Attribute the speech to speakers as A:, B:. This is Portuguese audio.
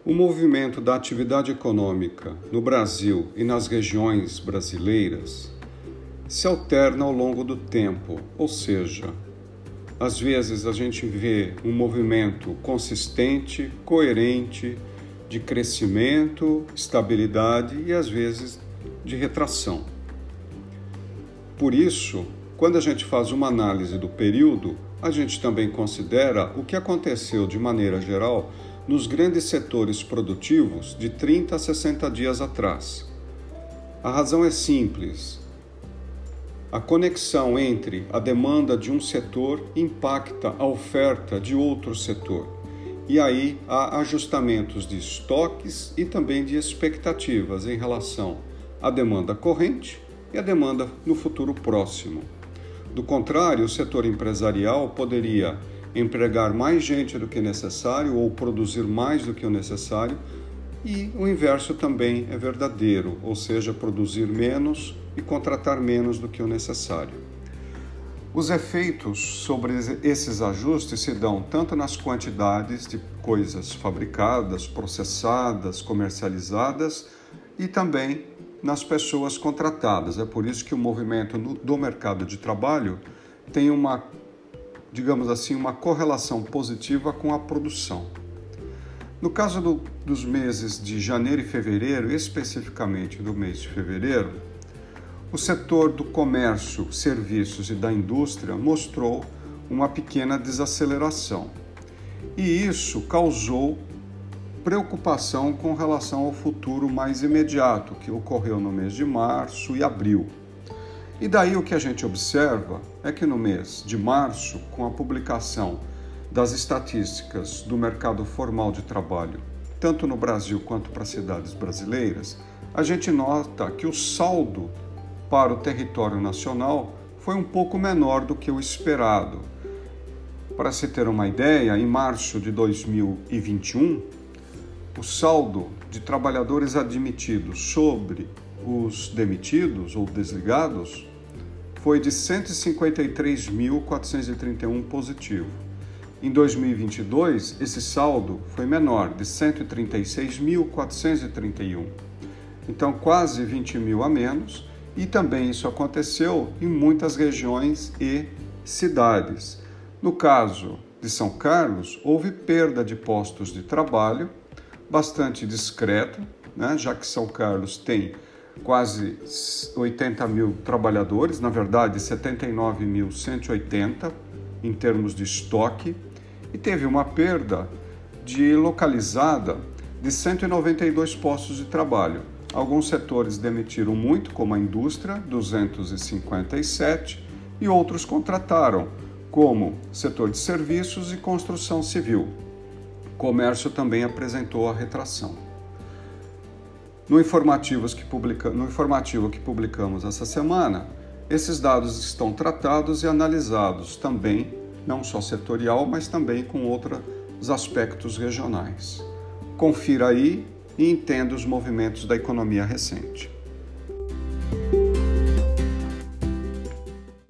A: O movimento da atividade econômica no Brasil e nas regiões brasileiras se alterna ao longo do tempo, ou seja, às vezes a gente vê um movimento consistente, coerente, de crescimento, estabilidade e às vezes de retração. Por isso, quando a gente faz uma análise do período, a gente também considera o que aconteceu de maneira geral nos grandes setores produtivos de 30 a 60 dias atrás. A razão é simples. A conexão entre a demanda de um setor impacta a oferta de outro setor. E aí há ajustamentos de estoques e também de expectativas em relação à demanda corrente e à demanda no futuro próximo. Do contrário, o setor empresarial poderia empregar mais gente do que necessário ou produzir mais do que o necessário, e o inverso também é verdadeiro, ou seja, produzir menos e contratar menos do que o necessário. Os efeitos sobre esses ajustes se dão tanto nas quantidades de coisas fabricadas, processadas, comercializadas e também nas pessoas contratadas. É por isso que o movimento do mercado de trabalho tem uma correlação positiva com a produção. No caso dos meses de janeiro e fevereiro, especificamente do mês de fevereiro, o setor do comércio, serviços e da indústria mostrou uma pequena desaceleração. E isso causou preocupação com relação ao futuro mais imediato, que ocorreu no mês de março e abril. E daí o que a gente observa é que no mês de março, com a publicação das estatísticas do mercado formal de trabalho, tanto no Brasil quanto para cidades brasileiras, a gente nota que o saldo para o território nacional foi um pouco menor do que o esperado. Para se ter uma ideia, em março de 2021, o saldo de trabalhadores admitidos sobre os demitidos ou desligados foi de 153.431 positivo. Em 2022, esse saldo foi menor, de 136.431. Então, quase 20 mil a menos, e também isso aconteceu em muitas regiões e cidades. No caso de São Carlos, houve perda de postos de trabalho, bastante discreta, já que São Carlos tem quase 80 mil trabalhadores, na verdade 79.180 em termos de estoque, e teve uma perda localizada de 192 postos de trabalho. Alguns setores demitiram muito, como a indústria, 257, e outros contrataram, como setor de serviços e construção civil. O comércio também apresentou a retração. No informativo que publicamos essa semana, esses dados estão tratados e analisados também, não só setorial, mas também com outros aspectos regionais. Confira aí e entenda os movimentos da economia recente.